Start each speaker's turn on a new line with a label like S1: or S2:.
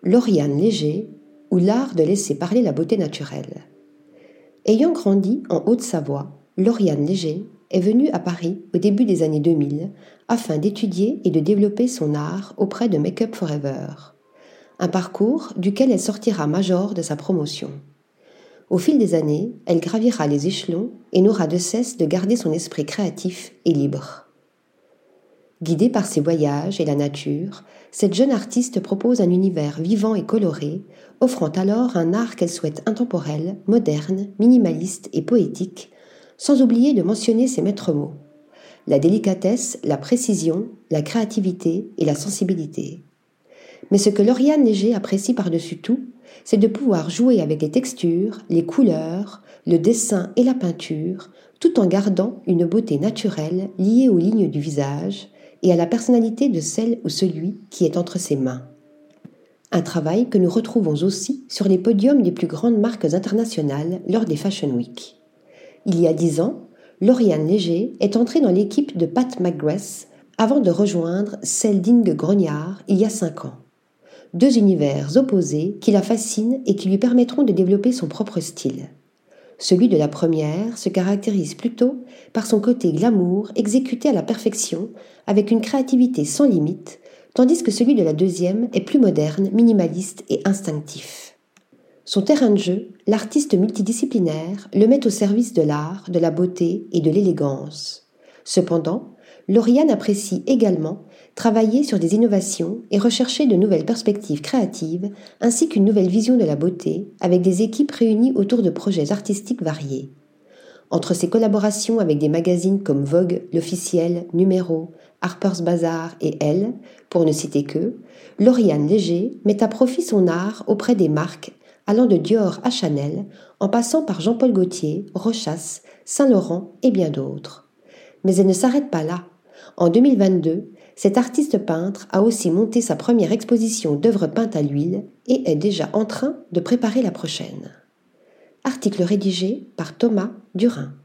S1: Lauriane Léger ou l'art de laisser parler la beauté naturelle. Ayant grandi en Haute-Savoie, Lauriane Léger est venue à Paris au début des années 2000 afin d'étudier et de développer son art auprès de Make Up For Ever, un parcours duquel elle sortira major de sa promotion. Au fil des années, elle gravira les échelons et n'aura de cesse de garder son esprit créatif et libre. Guidée par ses voyages et la nature, cette jeune artiste propose un univers vivant et coloré, offrant alors un art qu'elle souhaite intemporel, moderne, minimaliste et poétique, sans oublier de mentionner ses maîtres mots: la délicatesse, la précision, la créativité et la sensibilité. Mais ce que Lauriane Léger apprécie par-dessus tout, c'est de pouvoir jouer avec les textures, les couleurs, le dessin et la peinture, tout en gardant une beauté naturelle liée aux lignes du visage et à la personnalité de celle ou celui qui est entre ses mains. Un travail que nous retrouvons aussi sur les podiums des plus grandes marques internationales lors des Fashion Week. Il y a 10 ans, Lauriane Léger est entrée dans l'équipe de Pat McGrath avant de rejoindre celle d'Inge Grognard il y a 5 ans. 2 univers opposés qui la fascinent et qui lui permettront de développer son propre style. Celui de la première se caractérise plutôt par son côté glamour exécuté à la perfection avec une créativité sans limite, tandis que celui de la deuxième est plus moderne, minimaliste et instinctif. Son terrain de jeu, l'artiste multidisciplinaire, le met au service de l'art, de la beauté et de l'élégance. Cependant, Lauriane apprécie également travailler sur des innovations et rechercher de nouvelles perspectives créatives, ainsi qu'une nouvelle vision de la beauté, avec des équipes réunies autour de projets artistiques variés. Entre ses collaborations avec des magazines comme Vogue, L'Officiel, Numéro, Harper's Bazaar et Elle, pour ne citer que, Lauriane Léger met à profit son art auprès des marques allant de Dior à Chanel, en passant par Jean-Paul Gaultier, Rochas, Saint-Laurent et bien d'autres. Mais elle ne s'arrête pas là. En 2022, cette artiste peintre a aussi monté sa première exposition d'œuvres peintes à l'huile et est déjà en train de préparer la prochaine. Article rédigé par Thomas Durin.